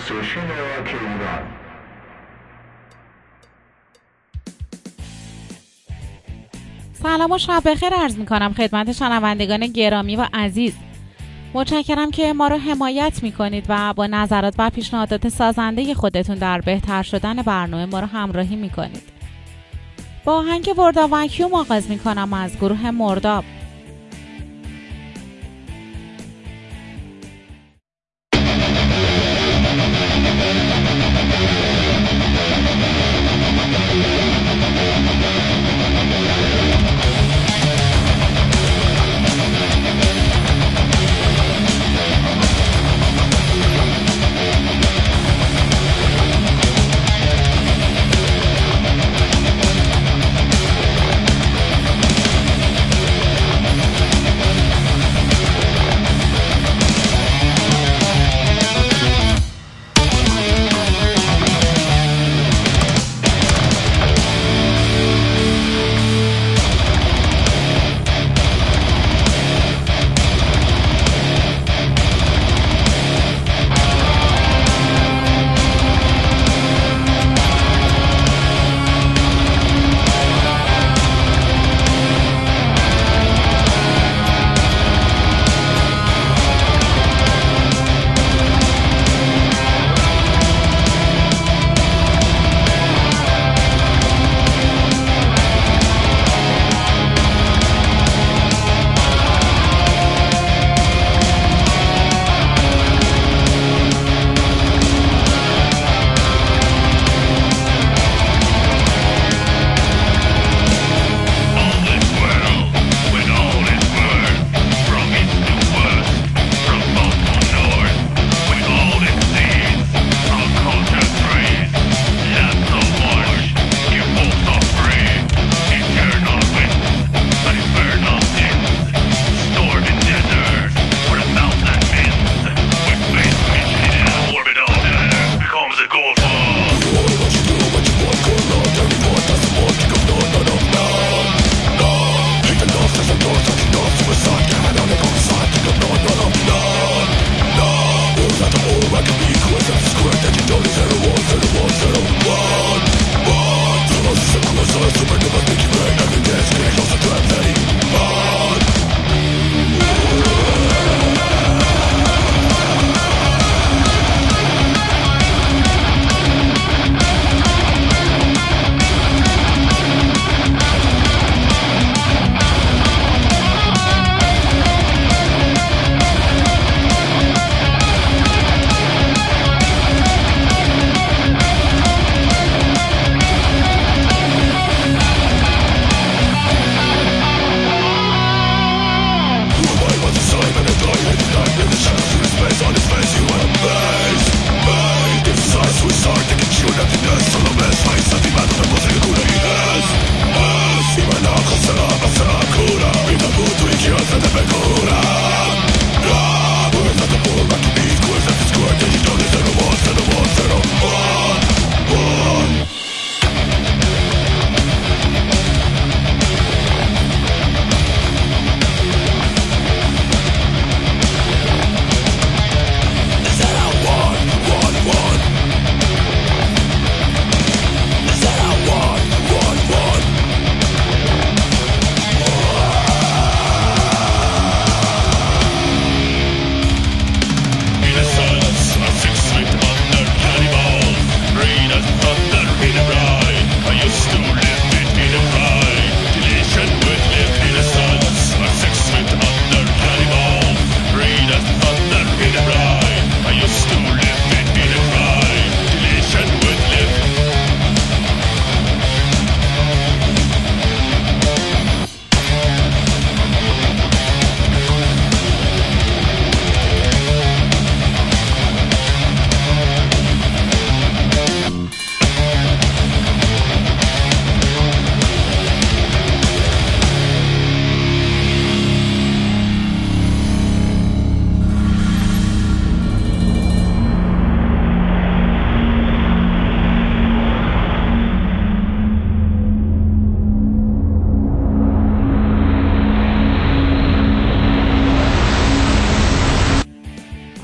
استیشن راک ایران. سلام و شب بخیر عرض می‌کنم خدمت شنوندگان گرامی و عزیز. متشکرم که ما رو حمایت می‌کنید و با نظرات و پیشنهادات سازنده خودتون در بهتر شدن برنامه ما رو همراهی می‌کنید. با آهنگ وردا وکیوم آغاز می‌کنم از گروه مرداب.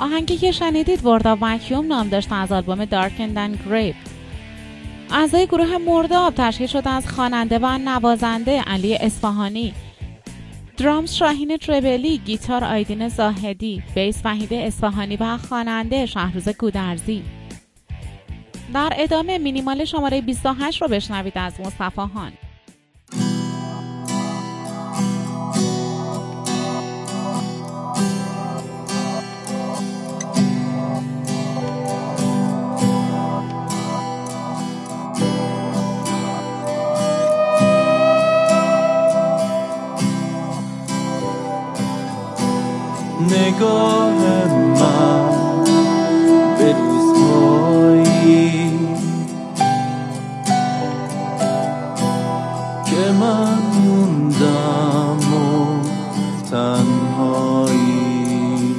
آهنگی که شنیدید ورد آف وکیوم نام داشت، از آلبوم دارک اند گریپ. اعضای گروه مرداب تشکیل شده از خواننده و نوازنده علی اصفهانی، درامز شاهین تربلی، گیتار آیدین زاهدی، بیس وحید اصفهانی و خواننده شهروز گودرزی. در ادامه مینیمال شماره 28 رو بشنوید از مصطفی هان. نگاه من به روزهایی که من موندم و تنهایی،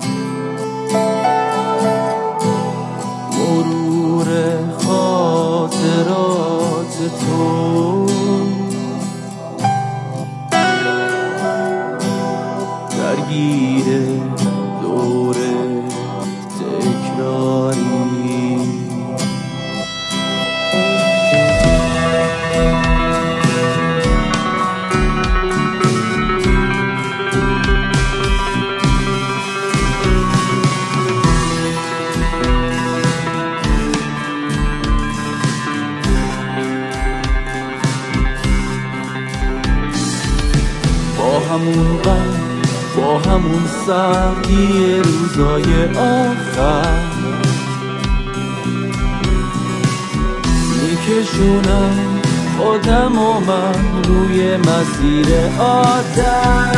مرور خاطرات تو درگیر دوره تکراری. با همون غم، با همون سردی روزای آخر میکشونم خودم و من روی مسیر عادت.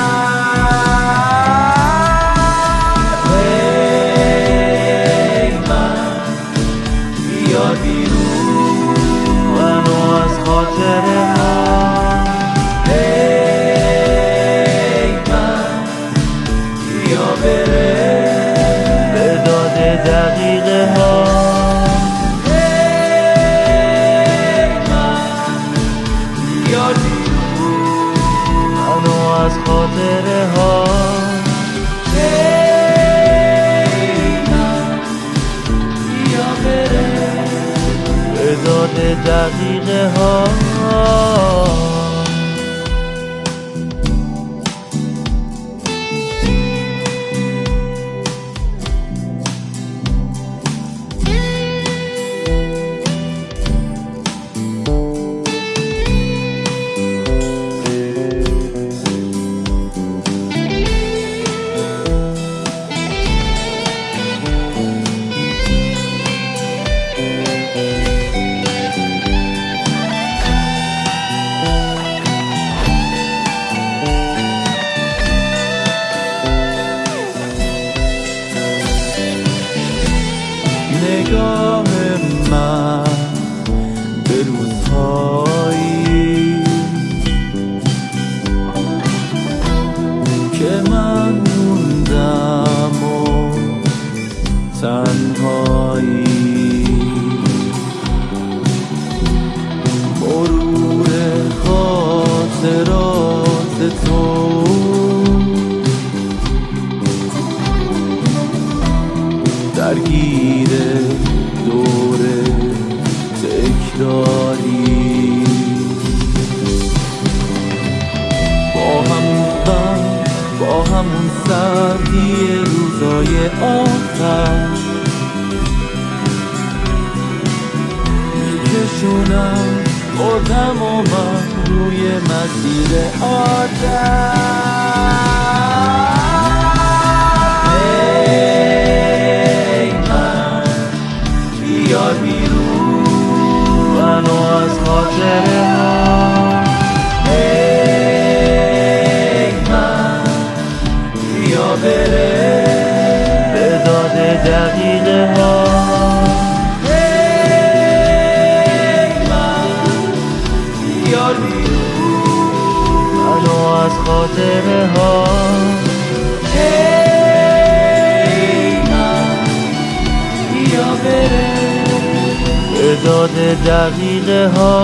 ای من بیا بیرون منو از خاطره ها، به داد دقیقه ها. ای من بیا بیرون منو از خاطره ها. ای من بیا بره به داد دقیقه ها. نگاه من به روزهایی که من موندم و تنهایی، مرور خاطرات تو درگیر دوره تکراری. با همون غم، با همون سردی روزای آخر میکشونم خودم و من روی مسیر عادت. بیا بیرون منو از خاطره ها. ای من بیا بره به داد دقیقه ها. ای من بیا بیرون منو از خاطره ها. ای من بیا بره به داد دقیقه ها.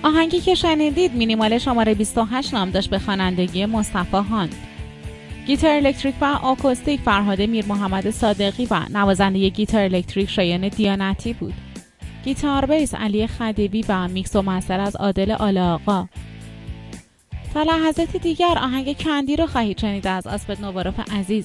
آهنگی که شنیدید مینیمال شماره 28 نام داشت، به خوانندگی مصطفی هاند. گیتار الکتریک و آکوستیک فرهاد میر محمد صادقی و نوازنده گیتار الکتریک شایان دیانتی بود. گیتار بیس علی خدیوی و میکس و مستر از عادل آلاآقا. تا لحظات دیگر آهنگ کندی رو خواهید شنید از آسپد نوباروف عزیز.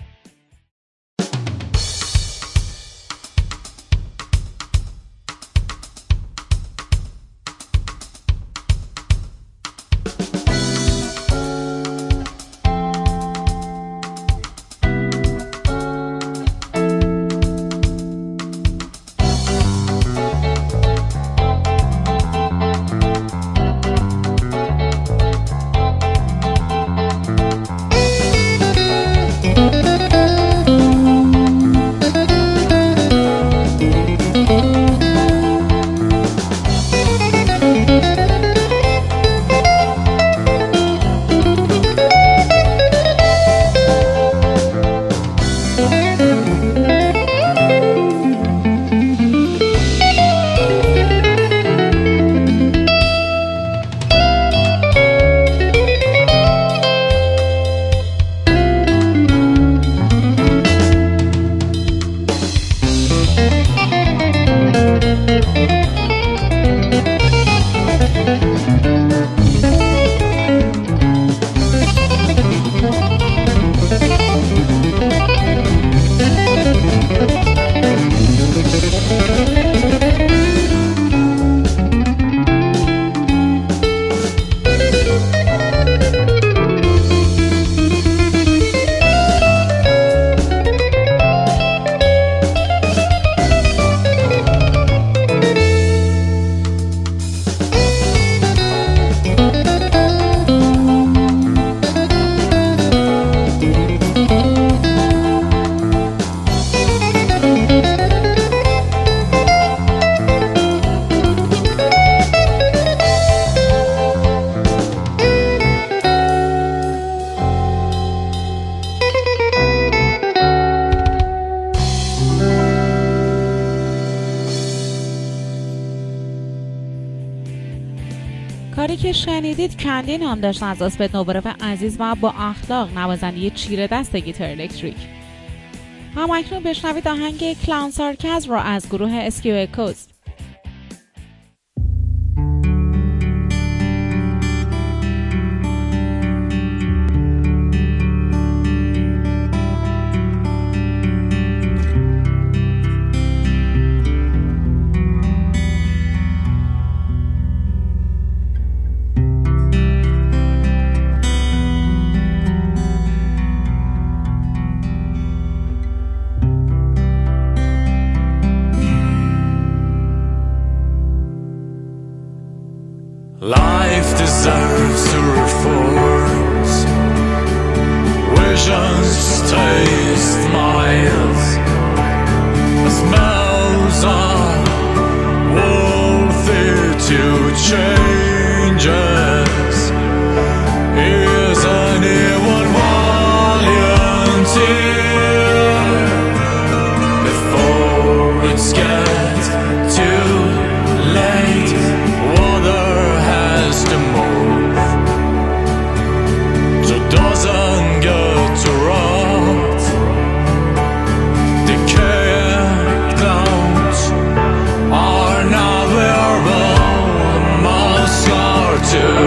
کاری که شنیدید کندی نام داشت از آسپد نوباروف عزیز و با اخلاق نوازنده چیره دست گیتار الکتریک. همکنون بشنوید آهنگ کلاون سارکاز را از گروه اسکیو اکوز. Life deserves to reforce visions, taste, smiles. The smells are worthy to changes. Is anyone volunteer before it's gets too late? Water has to move so it doesn't get to rot. Decaying clouds are not wearable, masks are too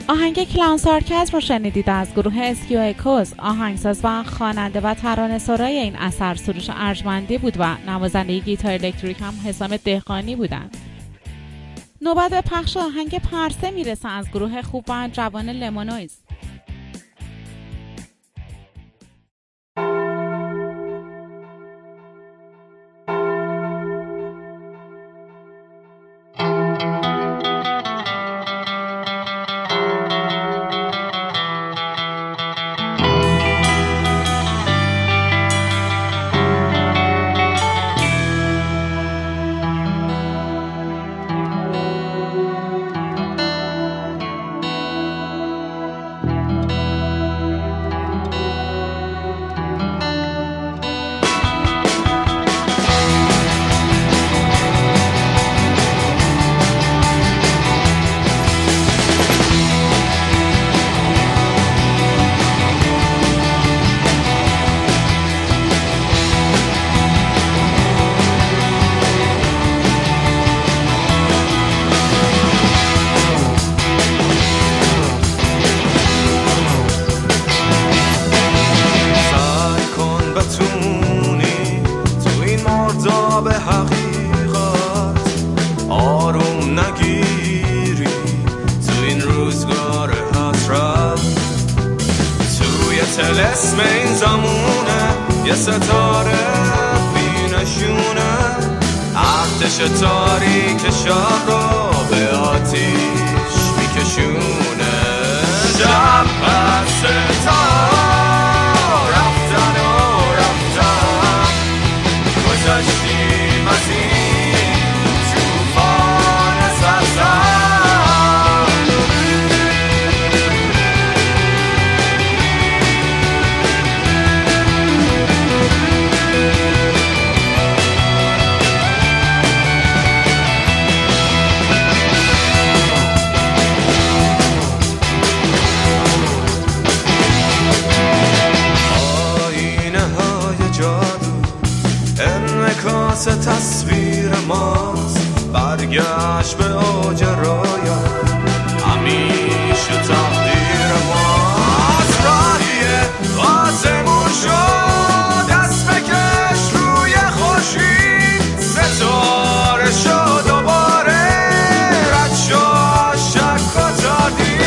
آهنگ کلاون سارکزم رو شنیدید از گروه اسکیو اکوز. آهنگساز و خواننده و ترانه‌سرای این اثر سروش ارجمندی بود و نوازنده گیتار الکتریک هم حسام دهقانی بودند. نوبت به پخش آهنگ پرسه میرسه از گروه خوب و جوان لمونویز. طلسم این زمونه یه ستاره بینشونه آتش تاریک شب رو به آتیش میکشونه شب پس تا رفتن و رفتن گذشتیم از این توفان سرسر انعکاس تصویر ماست برگشت به اوج رویا همیشه تقدیر ماست راهیه آسمون شد دست بکش روی خورشید ستاره شد دوباره رد شد شک و تردید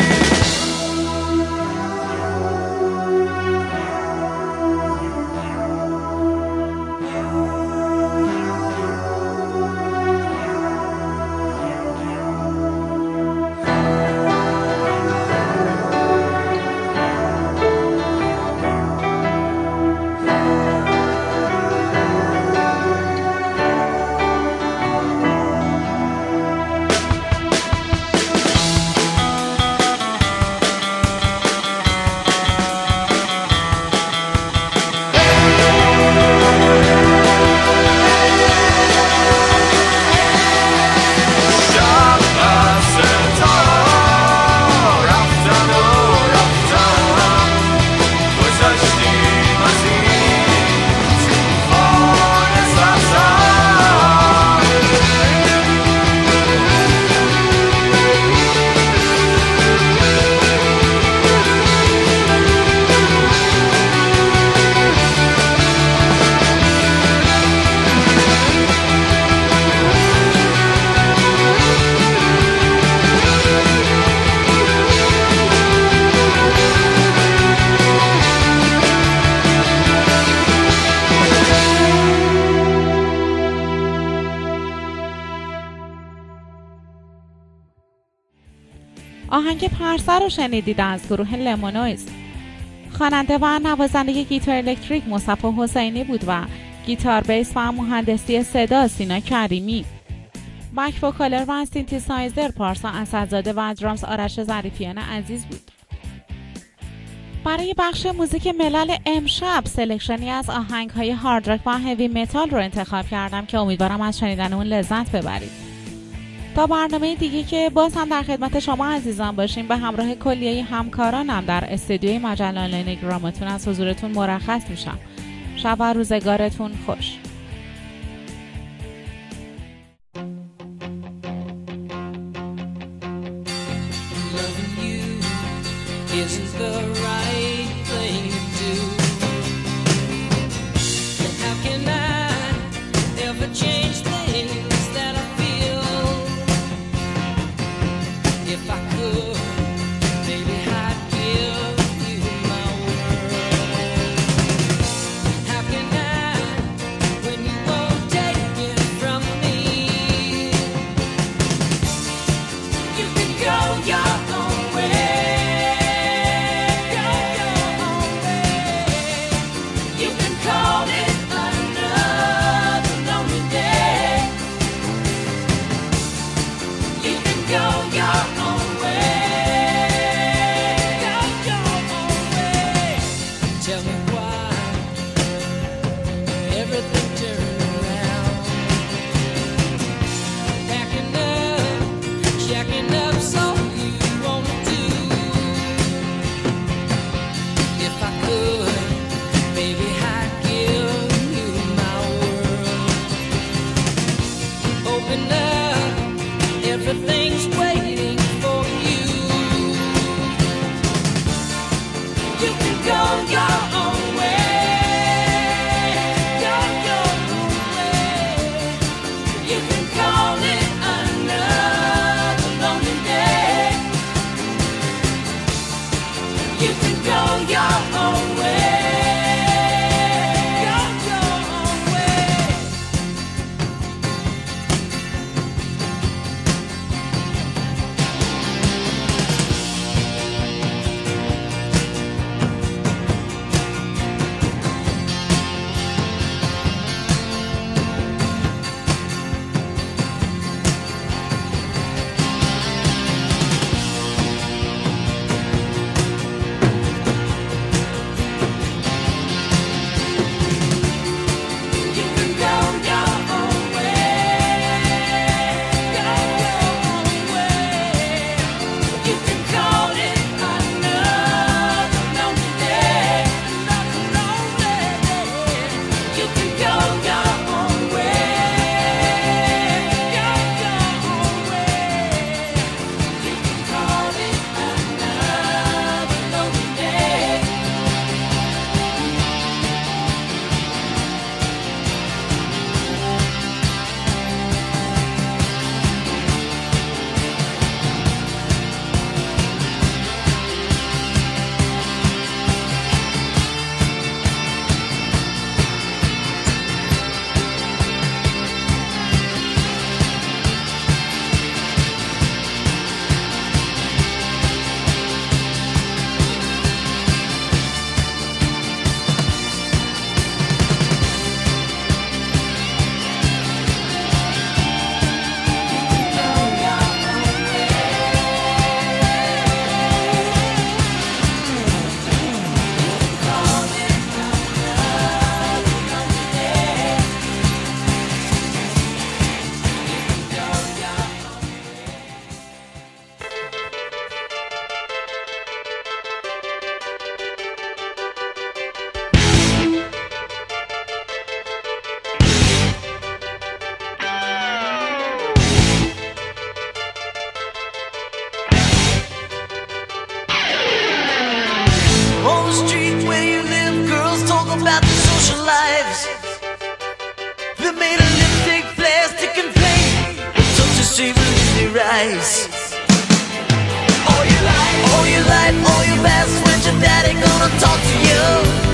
آهنگ پرسه رو شنیدید از گروه لمونویز. خواننده و نوازنده گیتار الکتریک مصطفی حسینی بود و گیتار بیس و مهندسی صدا سینا کریمی. بک وکالر و سینتیسایزر پارسا اسدزاده و درامز آرش ظریفیان عزیز بود. برای بخش موزیک ملل امشب سلکشنی از آهنگ‌های هارد راک و هوی متال رو انتخاب کردم که امیدوارم از شنیدن اون لذت ببرید. تا برنامه دیگه که باز هم در خدمت شما عزیزان باشیم به همراه کلیه همکارانم در استودیوی مجله آنلاین گراماتون از حضورتون مرخص میشم. شب و روزگارتون خوش. Loving you lives. They made a lipstick, plastic and paint, with such a savor in their eyes. All your life, all your best, when's your daddy gonna talk to you?